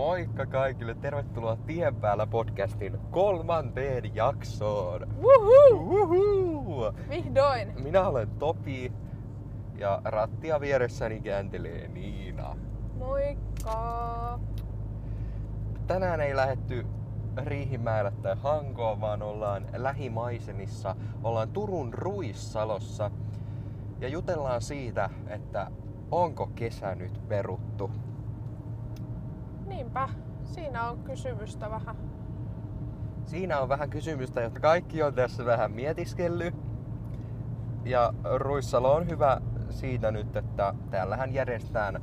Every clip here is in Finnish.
Moikka kaikille! Tervetuloa Tien päällä podcastin 3. jaksoon! Woohoo! Woohoo! Vihdoin! Minä olen Topi ja rattia vieressäni kääntelee Niina. Moikka! Tänään ei lähdetty Riihimäelle tai Hankoon, vaan ollaan lähimaisemissa. Ollaan Turun Ruissalossa ja jutellaan siitä, että onko kesä nyt peruttu. Niinpä, siinä on kysymystä vähän. Siinä on vähän kysymystä, jotta kaikki on tässä vähän mietiskellyt. Ja Ruissalo on hyvä siitä nyt, että täällähän järjestetään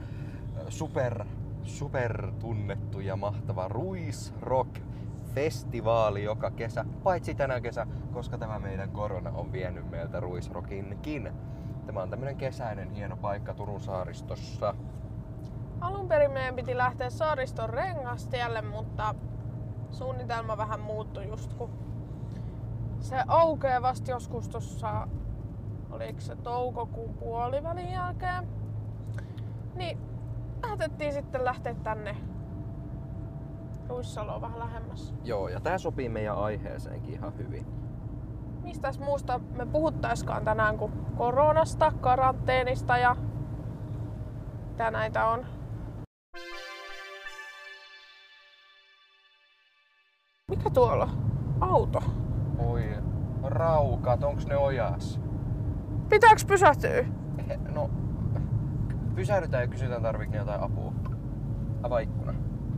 super tunnettu ja mahtava Ruisrock-festivaali joka kesä. Paitsi tänä kesä, koska tämä meidän korona on vienyt meiltä Ruisrockinkin. Tämä on tämmönen kesäinen hieno paikka Turun saaristossa. Alun perin meidän piti lähteä Saariston Rengastielle, mutta suunnitelma vähän muuttui just kun se aukeaa vasta joskus tossa, oliko se toukokuun puolivälin jälkeen. Niin päätettiin sitten lähteä tänne Ruissaloon vähän lähemmäs. Joo, ja tää sopii meidän aiheeseenkin ihan hyvin. Mistäs muusta me puhuttaiskaan tänään kuin koronasta, karanteenista ja mitä näitä on. Mikä tuolla? Auto. Oi, raukat, onks ne ojas? Pitääks pysähtyä? No, pysähdytään ja kysytään tarviiko ne jotain apua. Avaa ikkuna.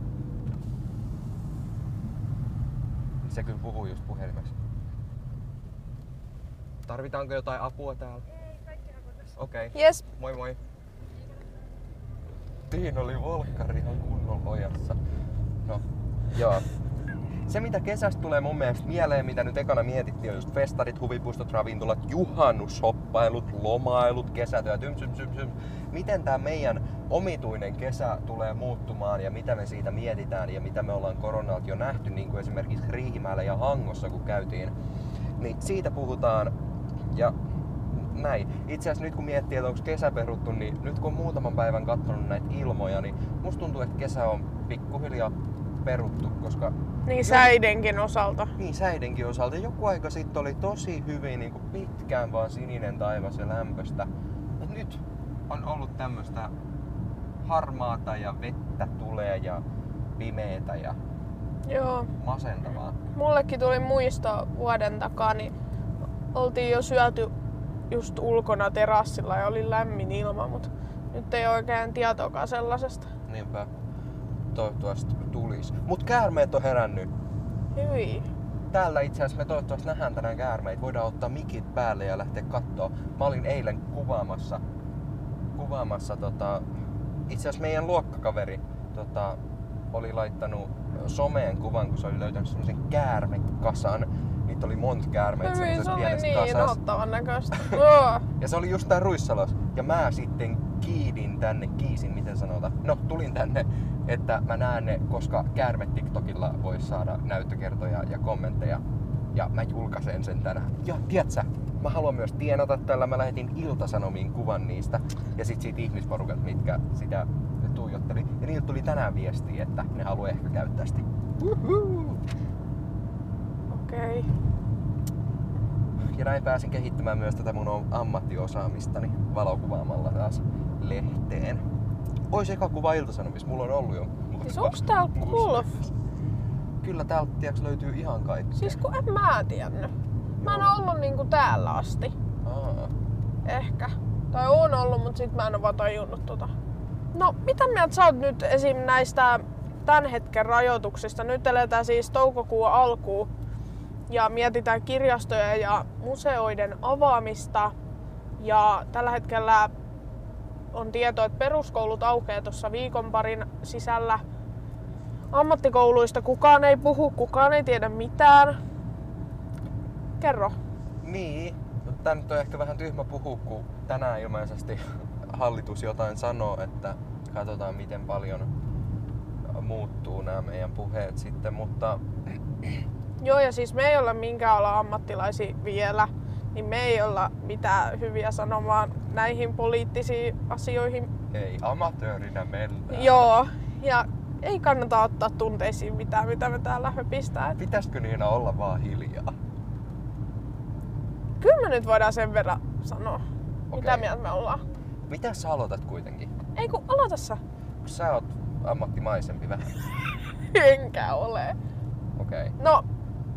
Se kyllä puhuu just puhelimessa. Tarvitaanko jotain apua täällä? Ei, kaikki hakotas. Okei. Jes. Moi moi. Siinä oli volkkari ihan kunnolla ojassa. No, joo. Se mitä kesästä tulee mun mielestä mieleen, mitä nyt ekana mietittiin, on just festarit, huvipuistot, ravintolat, juhannushoppailut, lomailut, kesätyöt, Miten tää meidän omituinen kesä tulee muuttumaan ja mitä me siitä mietitään ja mitä me ollaan koronalta jo nähty, niin kuin esimerkiksi Riihimäellä ja Hangossa kun käytiin. Niin siitä puhutaan ja näin. Itse asiassa nyt kun miettii, että onko kesä peruttu, niin nyt kun on muutaman päivän katsonut näitä ilmoja, niin musta tuntuu, että kesä on pikkuhiljaa peruttu, koska... Niin säidenkin osalta. Niin säidenkin osalta. Joku aika sitten oli tosi hyvin niin kuin pitkään vaan sininen taivas ja lämpöstä. Ja nyt on ollut tämmöstä harmaata ja vettä tulee ja pimeetä ja Joo. masentavaa. Mullekin tuli muisto vuoden takaa, niin oltiin jo syöty just ulkona terassilla ja oli lämmin ilma, mutta nyt ei oikein tietoakaan sellaisesta. Niinpä. Toivottavasti tulis. Mut käärmeet on herännyt. Hyi. Täällä itse asiassa me toivottavasti nähdään tänään käärmeitä. Voidaan ottaa mikit päälle ja lähteä kattoo. Mä olin eilen kuvaamassa itse asiassa meidän luokkakaveri oli laittanut someen kuvan, kun se oli löytänyt semmosen käärmekasan. Niitä oli monta käärmeitä semmoisessa pienessä kasassa. Se oli niin inhottavan näköistä. Ja se oli just tää Ruissalos. Ja mä sitten tulin tänne, että mä näen ne, koska käärme TikTokilla voi saada näyttökertoja ja kommentteja. Ja mä julkaisen sen tänään. Ja tiedätkö, mä haluan myös tienata tällä. Mä lähetin Ilta-Sanomiin kuvan niistä. Ja sit siitä ihmisporukat, mitkä sitä tuijotteli. Ja niiltä tuli tänään viestiä, että ne haluaa ehkä käyttää sitä. Okei. Okay. Ja näin pääsin kehittämään myös tätä mun ammattiosaamistani valokuvaamalla taas lehteen. Ois eka kuva Ilta-Sanomissa, mulla on ollut jo. Siis onks täällä Gulf? Kyllä täältä löytyy ihan kaikkea. Siis kun en mä tiennyt. Mä en ollut niinku täällä asti. Aa. Ehkä. Tai on ollut, mut sit mä en oo vaan tajunnut tota. No, mitä mieltä sä oot nyt esim. Näistä tän hetken rajoituksista? Nyt eletään siis toukokuun alkuun ja mietitään kirjastoja ja museoiden avaamista. Ja tällä hetkellä on tietoa, että peruskoulut aukeaa tuossa viikon parin sisällä. Ammattikouluista kukaan ei puhu, kukaan ei tiedä mitään. Kerro. Niin, tää nyt on ehkä vähän tyhmä puhua, kun tänään ilmeisesti hallitus jotain sanoo, että katsotaan miten paljon muuttuu nämä meidän puheet sitten, mutta... Joo, ja siis me ei olla minkään alan ammattilaisia vielä, niin me ei olla mitään hyviä sanomaan näihin poliittisiin asioihin. Ei, amatöörinä mennään. Joo, ja ei kannata ottaa tunteisiin mitään, mitä me täällä höpistää. Pitäisikö Niina olla vaan hiljaa? Kyllä me nyt voidaan sen verran sanoa, Okei. mitä mieltä me ollaan. Mitä sä aloitat kuitenkin? Ei kun aloita sä. Sä oot ammattimaisempi vähän. Enkä ole. Okei. No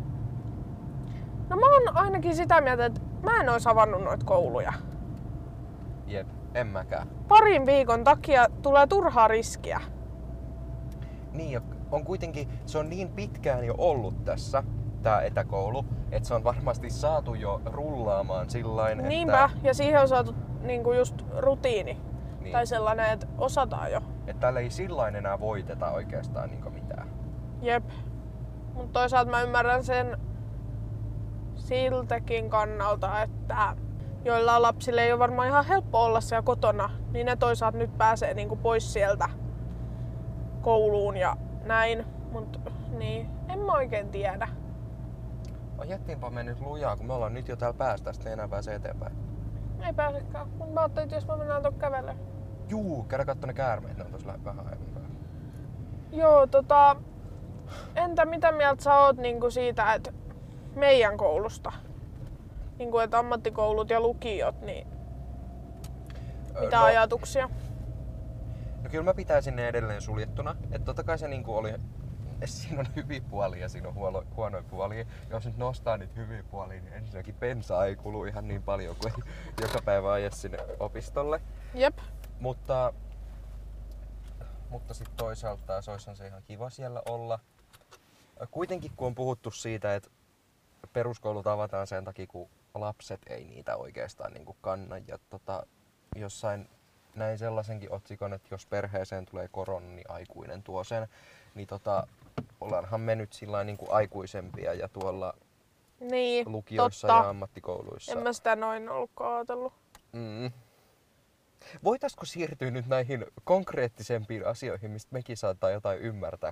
mä oon ainakin sitä mieltä, että mä en ois avannut noita kouluja. Jep, en mäkään. Parin viikon takia tulee turhaa riskiä. Niin, ja on kuitenkin, se on niin pitkään jo ollut tässä, tää etäkoulu, että se on varmasti saatu jo rullaamaan sillain, Niinpä, että... ja siihen on saatu niinku just rutiini. Niin. Tai sellainen, että osataan jo. Että täällä ei sillain enää voiteta oikeastaan niinku mitään. Jep. Mutta toisaalta mä ymmärrän sen siltäkin kannalta, että joilla lapsille ei ole varmaan ihan helppo olla siellä kotona, niin ne toisaalta nyt pääsee niinku pois sieltä kouluun ja näin. Mut niin, en mä oikein tiedä. Ajettiinpa me nyt lujaa, kun me ollaan nyt jo täällä päästä, sitten ei enää pääse eteenpäin. Ei pääsekään, mutta mä ajattelin, että jos me mennään tuon kävelemään. Juu, käydä katso ne käärmeet, ne on tossa vähän aivan. Joo, entä mitä mieltä sä oot niinku siitä, että meidän koulusta, niinku että ammattikoulut ja lukiot, niin mitä ajatuksia? No kyllä mä pitäisin ne edelleen suljettuna. Että totta kai se niinku oli, siinä on hyviä puolia ja siinä on huonoja puolia. Jos nyt nostaa niitä hyviä puolia, niin ensinnäkin bensaa ei kulu ihan niin paljon kuin joka päivä aja sinne opistolle. Jep. Mutta sitten toisaalta taas olisihan se ihan kiva siellä olla. Kuitenkin kun on puhuttu siitä, että peruskoulut avataan sen takia, kun lapset ei niitä oikeastaan niin kuin kanna. Ja jossain näin sellaisenkin otsikon, että jos perheeseen tulee korona, niin aikuinen tuo sen. Niin ollaanhan me nyt sillain niin kuin aikuisempia ja tuolla Niin, lukioissa totta. ja ammattikouluissa. En mä sitä noin ollutkaan ajatellut. Voitaisko siirtyä nyt näihin konkreettisempiin asioihin, mistä mekin saattaa jotain ymmärtää?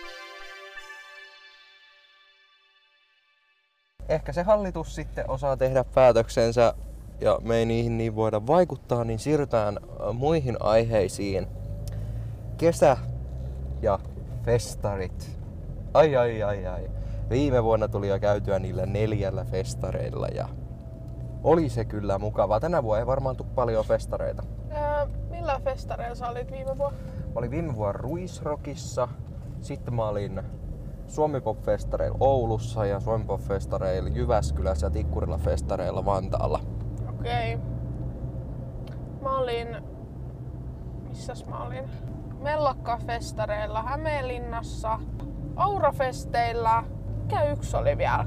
Ehkä se hallitus sitten osaa tehdä päätöksensä ja me ei niihin niin voida vaikuttaa, niin siirrytään muihin aiheisiin. Kesä ja festarit. Ai. Viime vuonna tuli jo käytyä niillä 4 festareilla ja oli se kyllä mukavaa. Tänä vuonna ei varmaan tule paljon festareita. Millä festareilla sä olit viime vuonna? Mä olin viime vuonna Ruisrockissa, sitten mä olin Suomi Pop-festareilla Oulussa ja Suomi Pop-festareilla Jyväskylässä ja Tikkurilla festareilla Vantaalla. Okei. Mä olin... Missäs mä olin? Mellakka-festareilla Hämeenlinnassa, Aurafesteillä. Mikä yksi oli vielä?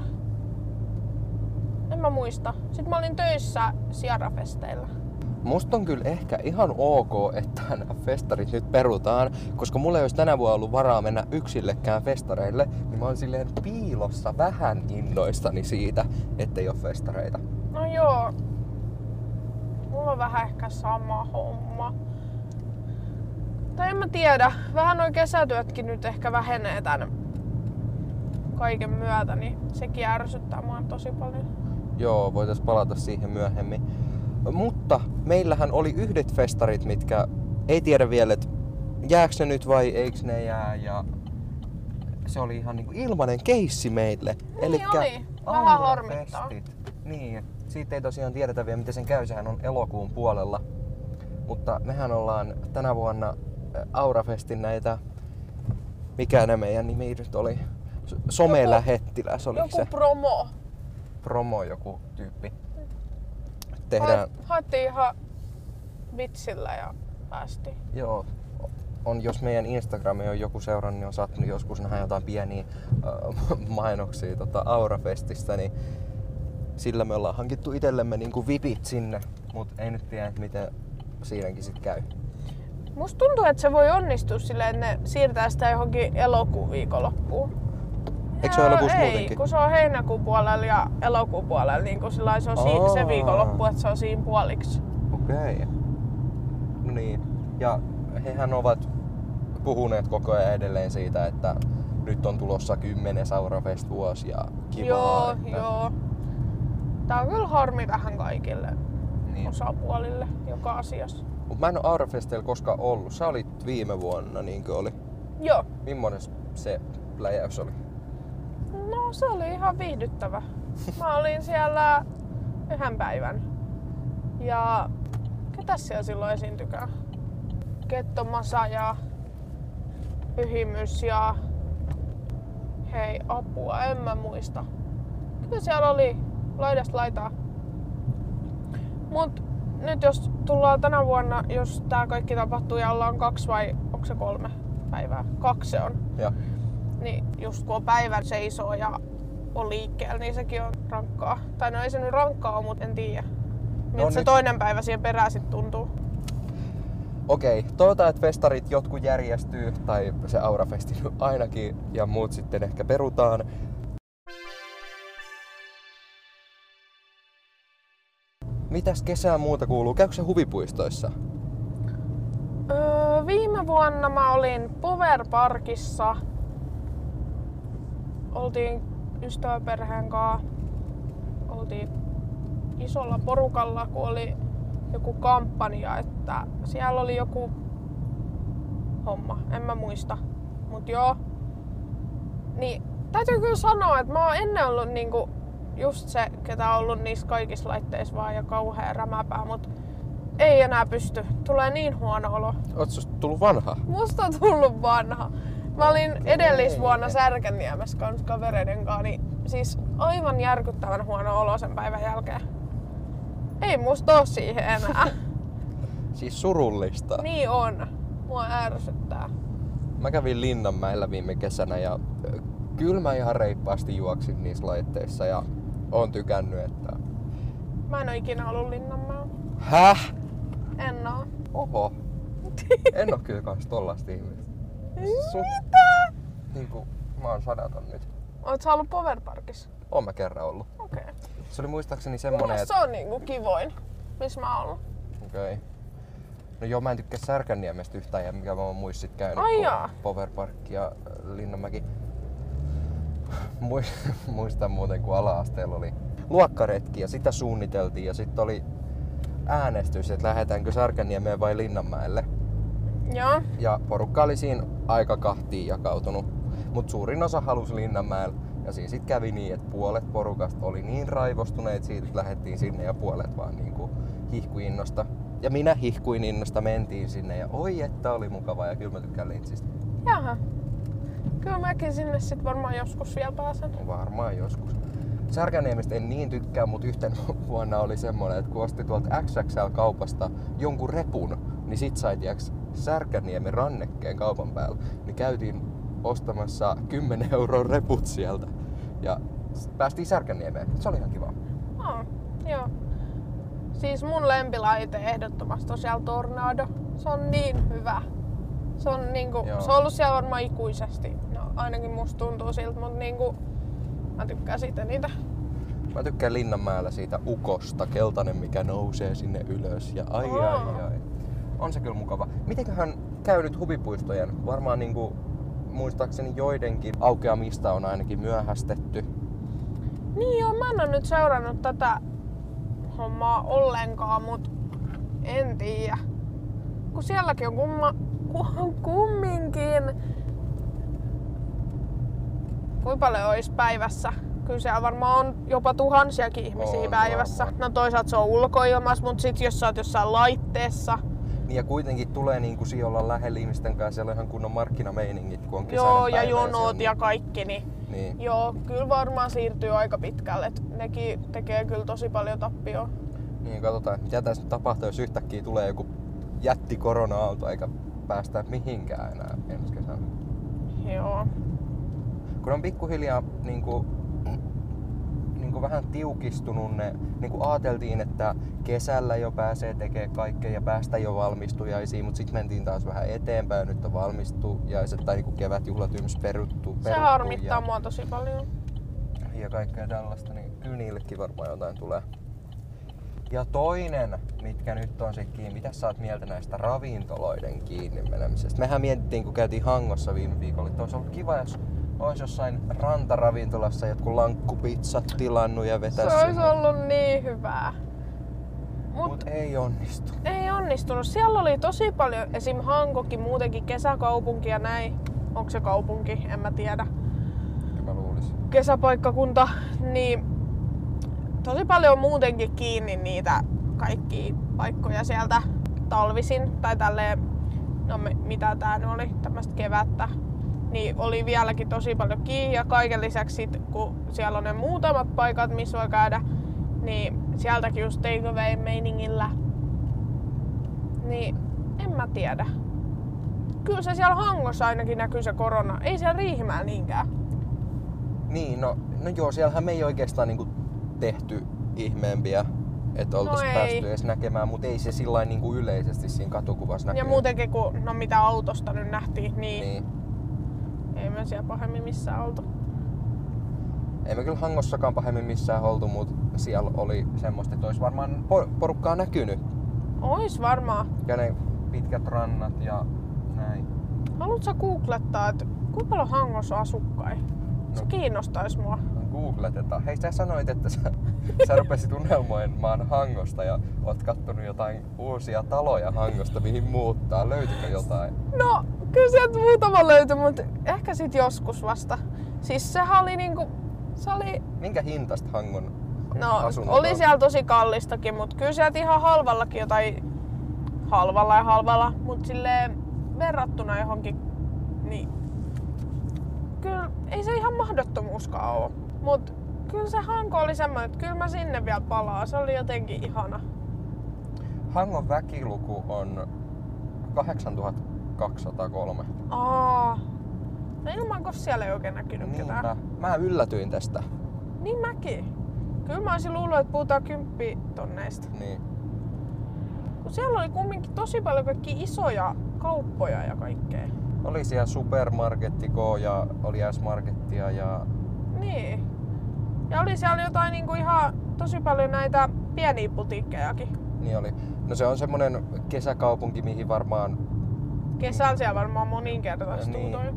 En mä muista. Sitten mä olin töissä Sierra-festeillä. Musta on kyllä ehkä ihan ok, että nämä festarit nyt perutaan, koska mulla ei olisi tänä vuonna ollut varaa mennä yksillekään festareille, niin mä oon silleen piilossa vähän innoissani siitä, ettei ole festareita. No joo. Mulla on vähän ehkä sama homma. Tai en mä tiedä. Vähän noi kesätyötkin nyt ehkä vähenee tän kaiken myötä, niin sekin ärsyttää mua tosi paljon. Joo, voitais palata siihen myöhemmin. Mutta meillähän oli yhdet festarit, mitkä ei tiedä vielä, että jääkö ne nyt vai eikö ne jää. Ja se oli ihan niinku ilmanen keissi meille. Niin Elikkä oli. Vähän harmittaa. Aurafestit. Niin, siitä ei tosiaan tiedetä vielä, miten sen käy. Sehän on elokuun puolella. Mutta mehän ollaan tänä vuonna Aurafestin näitä... Mikä ne meidän nimi nyt oli? Somelähettiläs oliko Joku se? promo. Joku tyyppi. Tehdään... Haettiin ihan vitsillä ja päästiin. Joo. Jos meidän Instagrami on joku seurannut, niin on saattanut joskus nähdä jotain pieniä mainoksia Aurafestistä, niin sillä me ollaan hankittu itsellemme niinku vipit sinne, mutta ei nyt tiedä, miten siinäkin sit käy. Musta tuntuu, että se voi onnistua silleen, että ne siirtää sitä johonkin elokuun viikonloppuun. Eikö se ole elokuussa ei, muutenkin? Kun se on heinäkuun puolella ja elokuun puolella, niin kun se on se viikonloppu, että se on siinä puoliksi. Okei. No niin. Ja hehän ovat puhuneet koko ajan edelleen siitä, että nyt on tulossa 10 Aurafest-vuosi ja kivaa. Joo. Tää on kyllä harmi vähän kaikille Niin. osapuolille joka asiassa. Mut mä en oo Aurafesteillä koskaan ollut. Sä olit viime vuonna, niinkö oli? Joo. Millainen se pläjäys oli? No se oli ihan viihdyttävä. Mä olin siellä 1 päivän. Ja ketäs siellä silloin esiintykään? Kettomasa ja Pyhimys ja... Hei, apua, en mä muista. Kyllä siellä oli laidasta laitaa. Mut nyt jos tullaan tänä vuonna, jos tää kaikki tapahtuu ja ollaan 2 vai onko se 3 päivää? 2 se on. Ja. Niin just kun on päivän seisoo ja on liikkeellä, niin sekin on rankkaa. Tai no ei se nyt rankkaa ole, mutta en tiedä. Miltä se toinen päivä siihen perään sit tuntuu. Okei, toivotaan, että festarit jotkut järjestyy, tai se Aurafesti ainakin, ja muut sitten ehkä perutaan. Mitäs kesää muuta kuuluu? Käykö se huvipuistoissa? Viime vuonna mä olin Power Parkissa. Oltiin ystäväperheen kanssa. Oltiin isolla porukalla, kun oli joku kampanja, että siellä oli joku homma, en mä muista. Mut joo. Niin täytyy kyllä sanoa, että mä oon ennen ollut niinku just se, ketä on ollut niissä kaikissa laitteissa vaan ja kauhea rämäpää, mut ei enää pysty. Tulee niin huono olo. Oot susta tullut vanha? Musta on tullut vanha. Mä olin edellisvuonna Särkänniemessä kanssa kavereiden kanssa, niin siis aivan järkyttävän huono olo sen päivän jälkeen. Ei musta oo siihen enää. Siis surullista. Niin on. Mua ärsyttää. Mä kävin Linnanmäellä viime kesänä ja kyllä mä ihan reippaasti juoksin niissä laitteissa ja oon tykännyt, että... Mä en oo ikinä ollut Linnanmäellä. Häh? En oo. Oho. En oo kyllä kans tollaista ihmistä. Mitä? Niinku, mä oon sadaton nyt. Oot sä ollut Power Parkissa? Oon mä kerran ollut. Okei. Se oli muistaakseni semmonen, Se on niinku kivoin, missä mä oon ollut. Okei. No joo, mä en tykkää Särkänniemestä yhtään ja mikä mä oon muissa sit käynyt. Ai jaa. Power Park ja Linnanmäki. Muistan muuten, kun ala-asteella oli luokkaretki ja sitä suunniteltiin ja sitten oli äänestys, että lähdetäänkö Särkänniemeen vai Linnanmäelle. Joo. Ja porukka oli siinä aika kahtiin jakautunut, mut suurin osa halusi Linnanmäelle. Ja siinä sit kävi niin, että puolet porukasta oli niin raivostuneet siitä, että lähdettiin sinne ja puolet vaan niinku hihkui innosta. Ja minä hihkuin innosta, mentiin sinne ja oi että oli mukavaa ja kyllä mä tykkään Lintsistä. Jaha. Kyllä mäkin sinne sit varmaan joskus vielä pääsen. Varmaan joskus. Särkänniemestä en niin tykkää, mutta yhtenä vuonna oli semmoinen, että kun osti tuolta XXL-kaupasta jonkun repun, niin sit sai tiiäks Särkänniemen rannekkeen kaupan päällä. Niin käytiin ostamassa 10 € reput sieltä ja päästiin Särkänniemeen. Se oli ihan kiva. Joo. Siis mun lempilaite ehdottomasti on siellä Tornado. Se on niin hyvä. Se on niinku, se on ollut siellä varmaan ikuisesti. No ainakin musta tuntuu siltä, mutta niinku mä tykkään siitä niitä. Mä tykkään Linnanmäellä siitä ukosta, keltainen mikä nousee sinne ylös ja ai. On se kyllä mukava. Mitenköhän käy nyt huvipuistojen? Varmaan niinku muistaakseni joidenkin aukeamista on ainakin myöhästetty. Niin joo, mä en oo nyt seurannut tätä hommaa ollenkaan, mut en tiedä. Kun sielläkin on kumminkin... Kuinka paljon ois päivässä? Kyllä siellä varmaan on jopa tuhansiakin ihmisiä päivässä. Varmaan. No toisaalta se on ulkoilmas, mut sit jos sä oot jossain laitteessa... Niin ja kuitenkin tulee niinku siihen olla lähellä ihmisten kanssa, siellä on ihan kunnon markkinameiningit, kun on kesäinen Joo, päivä ja jonot on... ja kaikki, niin. Joo, kyllä varmaan siirtyy aika pitkälle. Et nekin tekee kyllä tosi paljon tappioa. Niin, katsotaan, mitä tässä nyt tapahtuu, jos yhtäkkiä tulee joku jätti korona-aalto eikä päästä mihinkään enää ensi kesänä. Joo. Kun on pikkuhiljaa niinku vähän tiukistunut ne, niinku ajateltiin, että kesällä jo pääsee tekemään kaikkea ja päästä jo valmistujaisiin, mutta sitten mentiin taas vähän eteenpäin, nyt on valmistujaiset tai niinku kevätjuhlat yms peruttu. Se harmittaa mua tosi paljon. Ja kaikkea tällaista, niin kyllä niillekin varmaan jotain tulee. Ja toinen, mitkä nyt on sit kiinni, mitä sä oot mieltä näistä ravintoloiden kiinni menemisestä? Mehän mietittiin, kun käytiin Hangossa viime viikolla, että olisi ollut kiva, jos olisi jossain rantaravintolassa jotkut lankkupizzat tilannut ja vetäisi. Se olisi ollut niin hyvää. Mut ei onnistu. Ei onnistunut. Siellä oli tosi paljon, esim. Hankokin muutenkin kesäkaupunki ja näin. onko se kaupunki, en mä tiedä. Mä luulisin. Kesäpaikkakunta, niin tosi paljon on muutenkin kiinni niitä kaikkia paikkoja sieltä talvisin tai tälleen, no mitä tää nyt oli, tämmöistä kevättä, niin oli vieläkin tosi paljon kiinni ja kaiken lisäksi sit, kun siellä on ne muutamat paikat, missä voi käydä, niin sieltäkin just take away meiningillä, niin en mä tiedä. Kyllä se siellä Hangossa ainakin näkyy se korona, ei siellä Riihimäellä niinkään. Niin, no joo, siellähän me ei oikeastaan niinku tehty ihmeempiä, että oltais päästy edes näkemään, mutta ei se sillain niinku yleisesti siinä katukuvassa näkyy. Ja muutenkin kun, no mitä autosta nyt nähtiin, niin. Ei me siellä pahemmin missään oltu. Ei me kyllä Hangossakaan pahemmin missään oltu, mutta siellä oli semmoista, että olisi varmaan porukkaa näkynyt. Ois varmaan. Ja ne pitkät rannat ja näin. Haluatko sä googlettaa, että kuinka paljon Hangossa on asukkaita? Se kiinnostais mua. Googletetaan. Hei, sä sanoit, että sä rupesit unelmoimaan Hangosta ja oot kattonut jotain uusia taloja Hangosta, mihin muuttaa. Löytyykö jotain? No, kyllä sieltä muutama löytyi, mutta ehkä sit joskus vasta. Siis sehän oli niinku... Se oli... Minkä hintasta Hangon asunnot oli siellä tosi kallistakin, mutta kyllä sieltä ihan halvallakin jotain... Halvalla, mutta silleen verrattuna johonkin... Niin... Kyllä ei se ihan mahdottomuuskaan oo. Mut kyllä se Hanko oli semmoinen, että kyllä mä sinne vielä palaan. Se oli jotenkin ihana. Hangon väkiluku on 8203. No ilmanko siellä ei oikein näkynyt ketään. Mä yllätyin tästä. Niin mäkin. Kyllä mä olisin luullut, että puhutaan 10 tonneista. Niin. Kun siellä oli kumminkin tosi paljon kaikkia isoja kauppoja ja kaikkea. Oli siellä supermarketti ja oli S-markettia ja... Niin. Ja oli siellä jotain niinku ihan tosi paljon näitä pieniä putiikkejakin. Niin oli. No se on semmonen kesäkaupunki, mihin varmaan... Kesällä siellä varmaan moninkertaistuu niin. toi.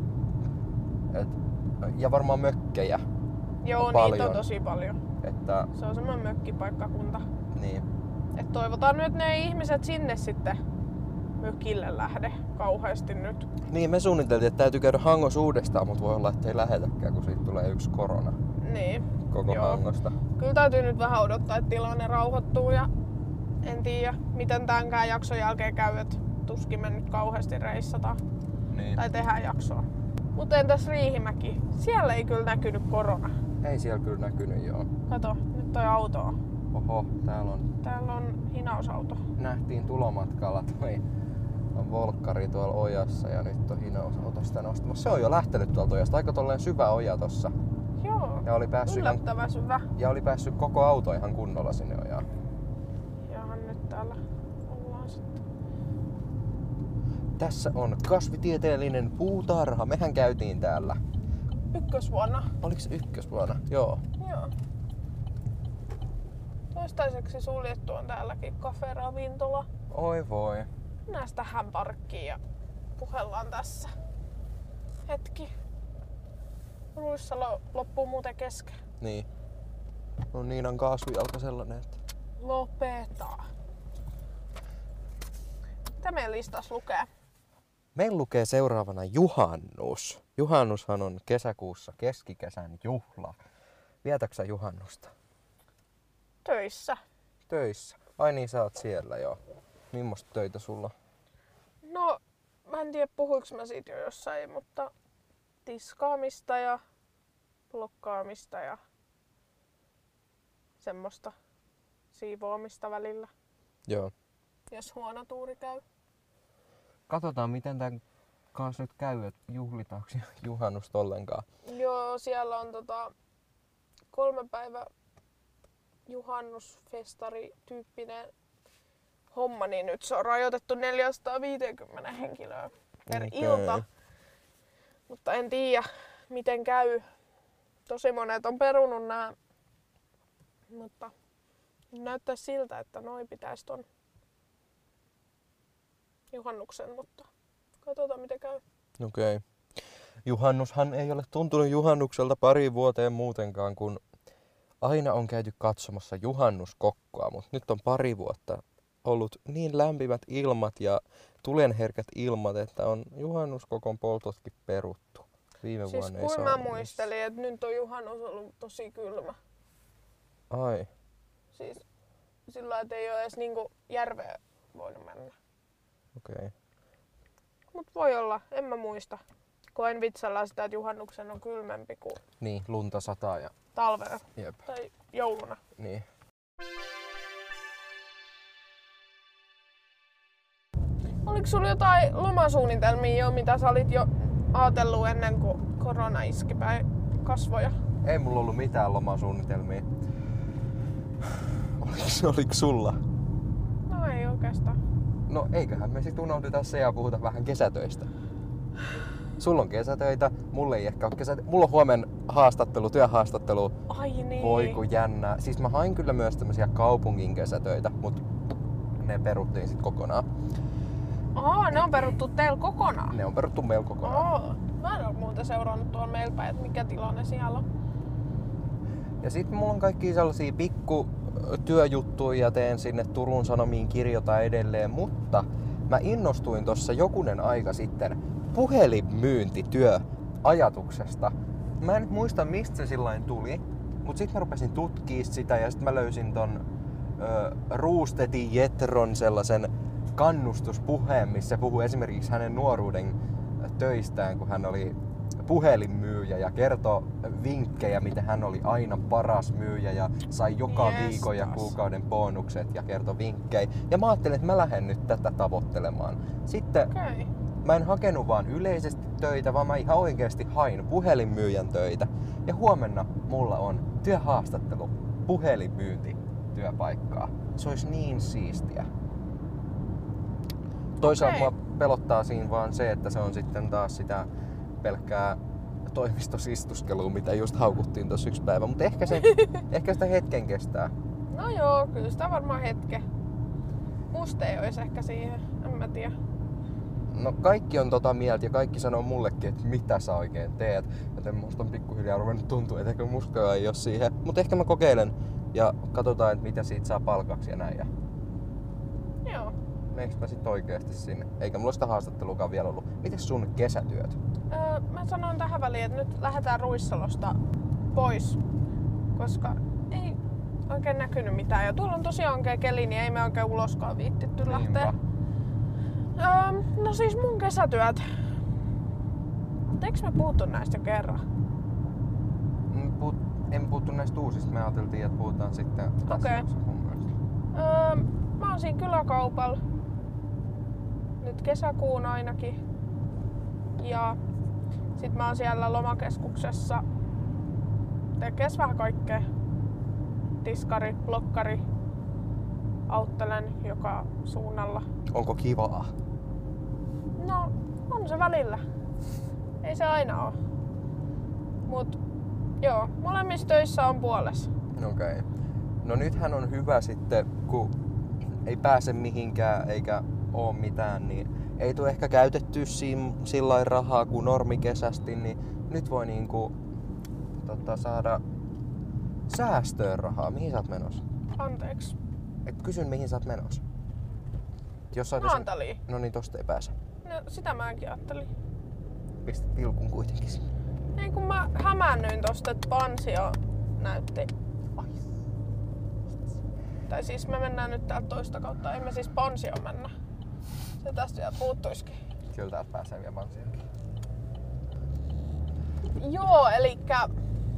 Ja varmaan mökkejä. Joo, paljon. niitä on tosi paljon. Että... Se on semmoinen mökkipaikkakunta. Niin. Et toivotaan nyt ne ihmiset sinne sitten mökille lähde kauheasti nyt. Niin, me suunniteltiin, että täytyy käydä Hangossa uudestaan, mutta voi olla, että ei lähetäkään, kun siitä tulee yksi korona. Niin. Koko Joo. Hangosta. Kyllä täytyy nyt vähän odottaa, että tilanne rauhoittuu ja en tiedä, miten tämänkään jakson jälkeen käy, että tuskin me nyt kauheasti reissataan Niin. tai tehdään jaksoa. Mutta entäs Riihimäki? Siellä ei kyllä näkynyt korona. Ei siellä kyllä näkynyt, joo. Kato, nyt toi auto on. Oho, Täällä on hinausauto. nähtiin tulomatkalla toi volkkari tuolla ojassa ja nyt on hinausauto sitä nostamassa. Se on jo lähtenyt tuolta ojasta, aika tolleen syvä oja tossa. Joo, Ja oli päässyt yllättävän syvä. Ja oli päässyt koko auto ihan kunnolla sinne ojaan. Jahan nyt täällä ollaan sitten. Tässä on kasvitieteellinen puutarha. Mehän käytiin täällä. Ykkösvuonna. Oliko se ykkösvuonna? Joo. Joo. Toistaiseksi suljettu on täälläkin kafe-ravintola. Oi voi. Mennään tähän parkkiin ja puhellaan tässä. Hetki. Ruissa loppuu muuten kesken. Niin. No Niinan kaasujalka sellainen, että... Lopeta. Mitä meidän listas lukee? Meillä lukee seuraavana juhannus. Juhannushan on kesäkuussa keskikesän juhla. Vietäksä juhannusta? Töissä. Töissä. Ai niin, sä oot siellä joo. Mimmosta töitä sulla? No, mä en tiedä puhuinko mä siitä jo jossain, mutta tiskaamista ja blokkaamista ja semmoista siivoamista välillä, Joo. jos huono tuuri käy. Katsotaan miten tän kanssa nyt käy, että juhlitaanko juhannusta ollenkaan. Joo, siellä on 3 päivä juhannusfestari tyyppinen homma, niin nyt se on rajoitettu 450 henkilöä per ilta. Mutta en tiedä miten käy. Tosi monet on perunut nää, mutta näyttää siltä, että noi pitäisi ton juhannuksen, mutta katsotaan miten käy. Okei. Juhannushan ei ole tuntunut juhannukselta pari vuoteen muutenkaan, kun aina on käyty katsomassa juhannuskokkoa, mutta nyt on pari vuotta ollut niin lämpimät ilmat ja tulenherkät ilmat, että on juhannuskokon poltotkin peruttu. Viime Siis vuonna ei kun mä saanut muistelin, että nyt on juhannus ollut tosi kylmä. Ai. Siis sillä että ei ole edes niinku järveen voinut mennä. Okei. Okay. Mut voi olla, en mä muista. Kun en vitsalla sitä, että juhannuksen on kylmempi kuin Niin, lunta sataa ja... talvella Jep. tai jouluna. Niin. Oliko sulla jotain lomasuunnitelmia jo, mitä sä olit jo ajatellut ennen kuin korona iski päin kasvoja? Ei mulla ollut mitään lomasuunnitelmia. Oliko sulla? No ei oikeastaan. No eiköhän me sit unohdeta se ja puhuta vähän kesätöistä. Sulla on kesätöitä, mulla ei ehkä ole kesätöitä. Mulla on huomenna työhaastattelu. Ai niin. Voi kun jännää. Siis mä hain kyllä myös tämmösiä kaupungin kesätöitä, mut ne peruttiin sit kokonaan. Ne on peruttu teillä kokonaan? Ne on peruttu meillä kokonaan. Mä en ole muuten seurannut tuolla meillä päin, että mikä tilanne siellä on. Ja sit mulla on kaikkia sellaisia pikku työjuttuja, teen sinne Turun Sanomiin, kirjoitan edelleen, mutta mä innostuin tossa jokunen aika sitten puhelinmyyntityöajatuksesta. Mä en nyt muista mistä se sillain tuli, mut sit mä rupesin tutkii sitä ja sit mä löysin ton Ruustetin Jetron sellaisen kannustuspuheen, missä puhuu esimerkiksi hänen nuoruuden töistään, kun hän oli puhelinmyyjä ja kertoo vinkkejä, miten hän oli aina paras myyjä ja sai joka viikon ja kuukauden bonukset ja kertoi vinkkejä. Ja mä ajattelin, että mä lähden nyt tätä tavoittelemaan. Sitten mä en hakenut vaan yleisesti töitä, vaan mä ihan oikeasti hain puhelinmyyjän töitä. Ja huomenna mulla on työhaastattelu puhelinmyyntityöpaikkaa. Se olisi niin siistiä. Toisaalta mua pelottaa siinä vaan se, että se on sitten taas sitä pelkkää toimistosistuskelua, mitä just haukuttiin tossa yksi päivä. Mutta ehkä sitä hetken kestää. No joo, kyllä sitä varmaan hetke. Musta ei olisi ehkä siihen, en mä tiedä. No kaikki on tota mieltä ja kaikki sanoo mullekin, että mitä sä oikein teet. Joten musta on pikkuhiljaa ruvennut tuntua, että ehkä musta ei ole siihen. Mutta ehkä mä kokeilen ja katsotaan, että mitä siitä saa palkaksi ja näin. Joo. Meneekö mä sit oikeesti sinne? Eikä mulla sitä haastattelukaan vielä ollut. Mites sun kesätyöt? Mä sanon tähän väliin, että nyt lähdetään Ruissalosta pois, koska ei oikein näkynyt mitään. Ja tuolla on tosiaan oikein keli, niin ei me oikein uloskaan viittitty lähteä. No siis mun kesätyöt. Eikö me puhuttu näistä jo kerran? En puhuttu näistä uusista. Me ajateltiin, että puhutaan sitten asioissa mun mielestä. Mä oon siinä kyläkaupalla. Nyt kesäkuun ainakin. Ja sit mä oon siellä lomakeskuksessa. Tekes vähän kaikkea. Tiskari, blokkari. Auttelen joka suunnalla. Onko kivaa? No, on se välillä. Ei se aina oo. Mut joo, molemmissa töissä on puolessa. Okei. No nythän on hyvä sitten, kun ei pääse mihinkään eikä oo mitään, niin ei tule ehkä käytettyä sillä rahaa kuin normikesästi, niin nyt voi niinku saada säästöön rahaa. Mihin sä oot menossa? Anteeksi. Et kysyn mihin sä oot menossa. Naantaliin. No niin, tosta ei pääse. No sitä mäkin ajattelin. Pistät pilkun kuitenkin sinne. Ei kun mä hämäännyin tosta, että Pansio näytti. Tai siis me mennään nyt täältä toista kautta. Emme siis Pansioon mennä. Se tästä vielä puuttuisikin. Kyllä täältä pääsee vielä Pansioonkin. Joo, elikkä...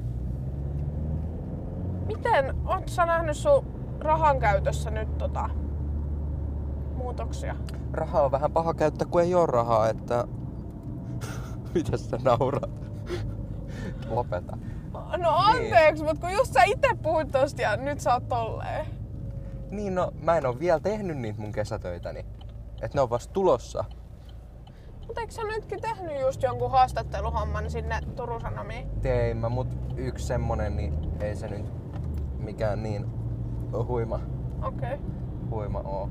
Miten oot sä nähnyt sun rahan käytössä nyt muutoksia? Rahaa on vähän paha käyttää, kun ei oo rahaa, että... Mitäs sä naurat? Lopeta. No anteeksi, niin. Mut kun just sä ite puhuit tosta ja nyt sä oot tolleen. Niin no, mä en oo vielä tehnyt niitä mun kesätöitäni. Et ne on vasta tulossa. Mut eikö sä nytkin tehnyt just jonkun haastatteluhomman sinne Turun Sanomiin? Tein mä, mut yksi semmonen, niin ei se nyt mikään niin huima. Okei. Huima oo.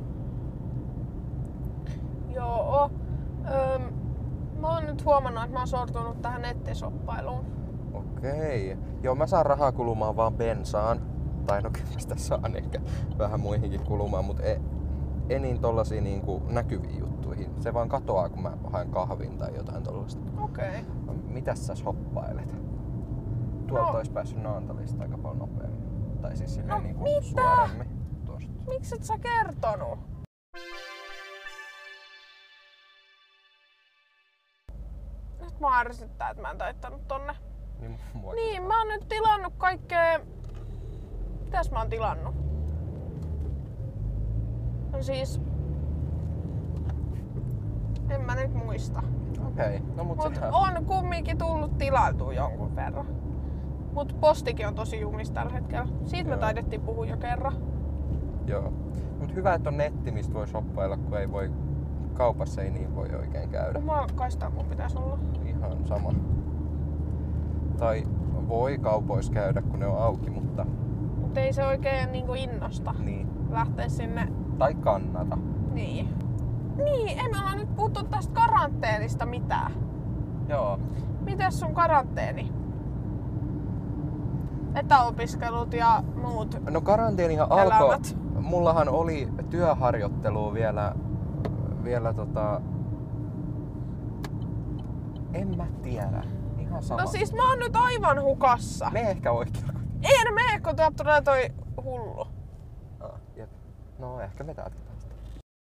Joo. Mä oon nyt huomannut, että mä oon sortunut tähän nettisoppailuun. Okei. Joo, mä saan rahaa kulumaan vaan bensaan. Tai no kyllä mä sitä saan ehkä vähän muihinkin kulumaan, mut enin tollasia niinku näkyviin juttuihin. Se vaan katoaa, kun mä haen kahvin tai jotain tollasta. Okei. Mitäs sä shoppailet? Tuolta ois päässyt Naantalista aika paljon nopeammin. Tai siis silleen niinku suoremmin tosta. Miksi et sä kertonut? Nyt mä ärsyttää, että mä en taittanut tonne. Niin, mä oon nyt tilannut kaikkea... Mitäs mä oon tilannut? No siis... En mä nyt muista. Okei, no mut sehän... on kumminkin tullut tilailtua jonkun verran. Mut postikin on tosi jumissa tällä hetkellä. Siitä me taidettiin puhua jo kerran. Joo. Mut hyvä, että on netti, mistä voi shoppailla, kun ei voi... Kaupassa ei niin voi oikein käydä. Mä kaistaa mun pitäis olla. Ihan sama. Tai voi kaupoissa käydä, kun ne on auki, mutta... Mut ei se oikein niinku innosta. Niin. Lähteä sinne. Tai kannata. Niin. Niin, ei me olla nyt puhuttu tästä karanteenista mitään. Joo. Mites sun karanteeni? Etäopiskelut ja muut No karanteenihan alkoi. Mullahan oli työharjoittelua vielä en mä tiedä. Ihan sama. No siis mä oon nyt aivan hukassa. Me ehkä oikein. En mene, kun tuolta tulee toi hullu. Jep. No ehkä me jatketaan sitä.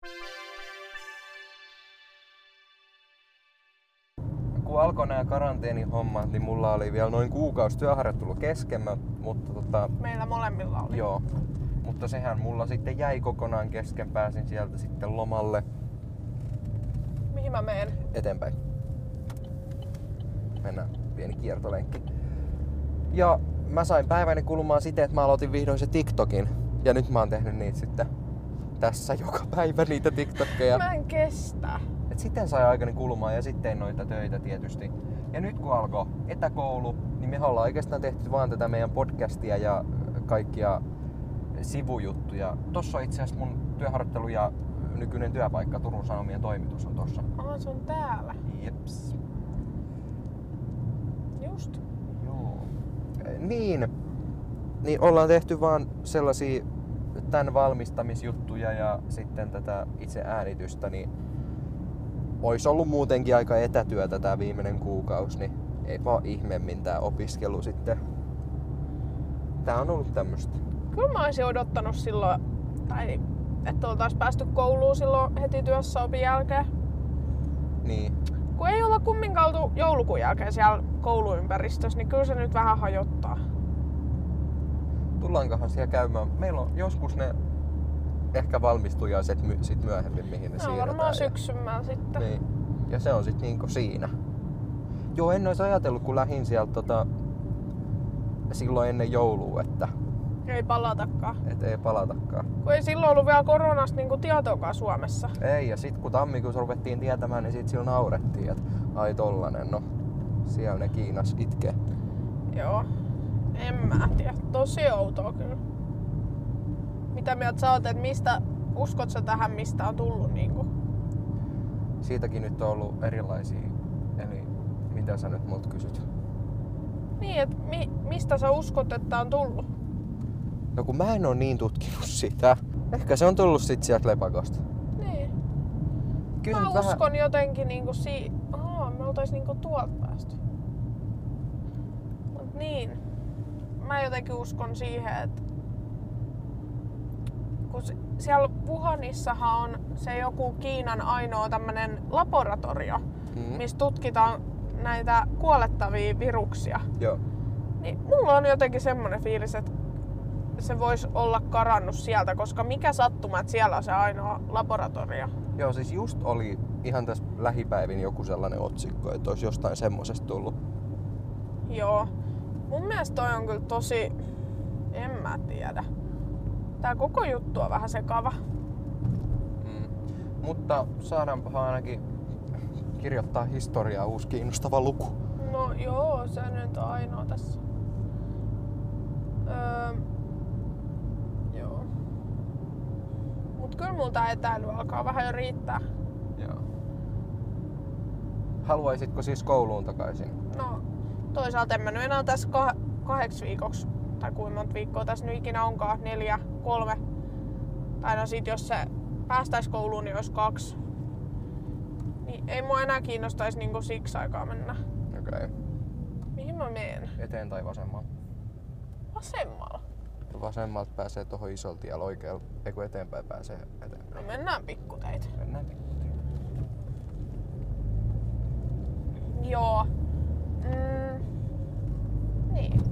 Kun alkoi nää karanteenihommat, niin mulla oli vielä noin kuukausi työharjoittelu kesken, mutta Meillä molemmilla oli. Joo. Mutta sehän mulla sitten jäi kokonaan kesken, pääsin sieltä sitten lomalle. Mihin mä menen? Eteenpäin. Mennään pieni kiertolenkki. Ja mä sain päiväni kulumaan siten, että mä aloitin vihdoin se TikTokin. Ja nyt mä oon tehnyt niitä sitten tässä joka päivä niitä TikTokkeja. Mä en kestä. Et sitten sai aikani kulumaan ja sitten noita töitä tietysti. Ja nyt kun alkoi etäkoulu, niin me ollaan oikeastaan tehty vaan tätä meidän podcastia ja kaikkia sivujuttuja. Tossa on itse asiassa mun työharjoittelu ja nykyinen työpaikka, Turun Sanomien toimitus on tossa. Se on täällä. Jeps. Just. Joo. Niin ollaan tehty vaan sellaisia tän valmistamisjuttuja ja sitten tätä itse äänitystä, niin ois ollut muutenkin aika etätyötä tää viimeinen kuukausi, niin ei vaan ihmeemmin tää opiskelu sitten. Tää on ollut tämmöstä. Kyllä mä oisin odottanut silloin, tai että oltais päästy kouluun silloin heti työssäopin jälkeen. Niin. Kun ei olla kumminkaan oltu joulukuun jälkeen siellä kouluympäristössä, niin kyllä se nyt vähän hajottaa. Tullaankohan siellä käymään? Meillä on joskus ne ehkä valmistujaiset sit myöhemmin, mihin ne siirretään. No varmaan syksymällä sitten. Niin. Ja se on sit niinku siinä. Joo, en ois ajatellut, kun lähdin sieltä silloin ennen joulua, että Ei palatakaan. ei palatakaan. Kun ei silloin ollut vielä koronasta niinku tietoakaan Suomessa. Ei, ja sit kun tammikuussa ruvettiin tietämään, niin sit silloin naurettiin, että ai tollanen, no siellä ne Kiinas itkee. Joo. En mä tiedä. Tosi outoa kyllä. Mitä mieltä sä oot, että mistä, uskot sä tähän, mistä on tullut niinku? Siitäkin nyt on ollut erilaisia, eli mitä sä nyt mut kysyt? Niin, että mistä sä uskot, että on tullut? No kun mä en oo niin tutkinut sitä. Ehkä se on tullut sit sieltä lepakosta. Niin. Kyllä Mä vähän... uskon jotenkin niinku me oltais niinku tuolta päästy. Mut niin. Mä jotenkin uskon siihen, että kun siellä Wuhanissahan on se joku Kiinan ainoa tämmönen laboratorio, missä tutkitaan näitä kuolettavia viruksia. Joo. Niin mulla on jotenkin semmonen fiilis, että se voisi olla karannut sieltä, koska mikä sattuma, että siellä on se ainoa laboratorio. Joo, siis just oli ihan tässä lähipäivin joku sellainen otsikko, että olisi jostain semmosesta tullut. Joo. Mun mielestä toi on kyllä tosi... En mä tiedä. Tää koko juttu on vähän sekava. Mutta saadaanpa ainakin kirjoittaa historiaa uusi kiinnostava luku. No joo, se nyt on ainoa tässä. Joo. Mut kyllä mulla tää etäily alkaa vähän jo riittää. Joo. Haluaisitko siis kouluun takaisin? No, toisaalta en mä nyt enää tässä 8 viikoksi, tai kuinka monta viikkoa tässä nyt ikinä onkaan, 4, 3. Tai no sit jos se päästäis kouluun, niin olisi 2. Niin ei mua enää kiinnostaisi niinku siksi aikaa mennä. Okei. Mihin mä menen? Eteen tai vasemmalla? Vasemmalla. Vasemmalta pääsee tuohon isolta tiellä oikealla. Eiku eteenpäin pääsee eteenpäin. No mennään pikkuteitä. Mennään pikkutiin. Joo. Niin.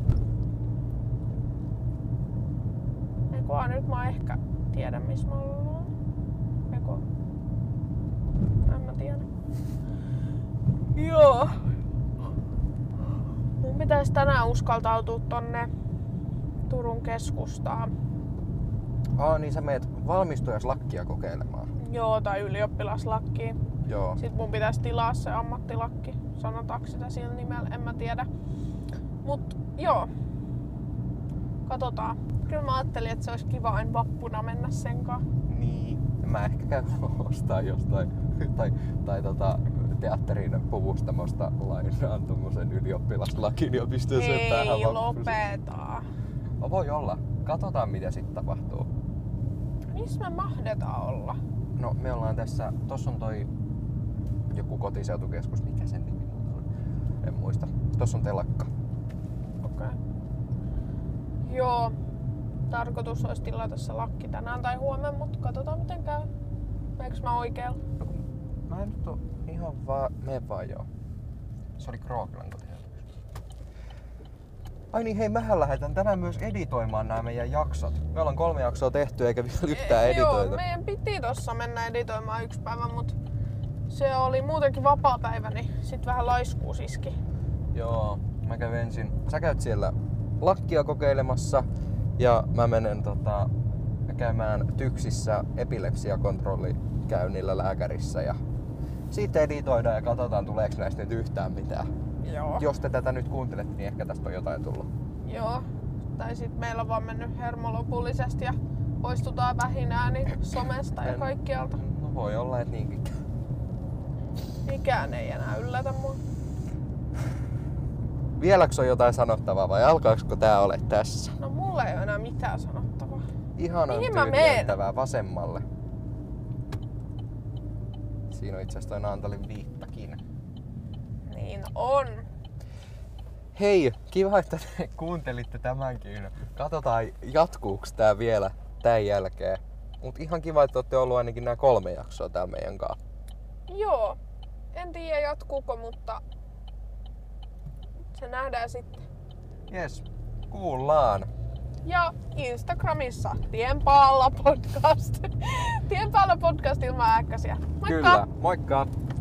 Eiku nyt mä ehkä tiedän missä mä ollaan. Eiku. En mä tiedä. Joo. Mun pitäis tänään uskaltautua tonne Turun keskustaan. Niin sä meet valmistujaslakkia kokeilemaan. Joo, tai ylioppilaslakkiin. Joo. Sitten mun pitäis tilaa se ammattilakki. Sanotaanko sitä sillä nimellä, en mä tiedä. Mut joo. Katsotaan. Kyllä mä ajattelin, että se olisi kiva aina vappuna mennä senkaan. Niin. Mä ehkä käyn ostaa jostain tai teatterin puvustamosta lainaan tommosen ylioppilaslakin ja pistää sen päähän Ei vappuun. lopeta. Voi olla. Katsotaan mitä sitten tapahtuu. Missä me mahdetaan olla? No me ollaan tässä, tossa on toi joku kotiseutukeskus, mikä sen nimi muuta oli? En muista. Tossa on telakka. Okei. Joo. Tarkoitus olisi tilata se lakki tänään tai huomenna, mutta katsotaan miten käy. Meneekö mä oikealla? No, mä en nyt oo ihan vaan, mene vaan joo. Se oli Krookilan kotiseutukeskus. Ai niin hei, mähän lähdetään tänään myös editoimaan nämä meidän jaksot. Me ollaan 3 jaksoa tehty eikä vielä yhtään editoitu. Joo, meidän piti tossa mennä editoimaan 1 päivä, mutta se oli muutenkin vapaapäivä, niin sit vähän laiskuus iski. Joo, mä kävin ensin. Sä käyt siellä lakkia kokeilemassa ja mä menen käymään TYKSissä epilepsiakontrollikäynnillä lääkärissä ja siitä editoidaan ja katsotaan tuleeko näistä nyt yhtään mitään. Joo. Jos te tätä nyt kuuntelette, niin ehkä tästä on jotain tullut. Joo. Tai sit meillä on vaan mennyt hermo lopullisesti ja poistutaan vähin äänin somesta ja kaikkialta. No voi olla, että niinkin käy. Mikään ei enää yllätä mua. Vieläkö on jotain sanottavaa vai alkaako tää ole tässä? No mulla ei ole enää mitään sanottavaa. Ihanan Mihin mä tyhjentävää vasemmalle. Siinä on itse asiassa toi Naantalin viittakin. Niin on. Hei, kiva, että te kuuntelitte tämänkin. Katsotaan, jatkuuks tää vielä tän jälkeen. Mut ihan kiva, että olette ollut ainakin nämä 3 jaksoa täällä meidän kanssa. Joo. En tiedä jatkuuko, mutta se nähdään sitten. Jes, kuullaan. Ja Instagramissa Tien päällä podcast. Tien päällä podcast ilman äkkäsiä. Moikka! Kyllä, moikka!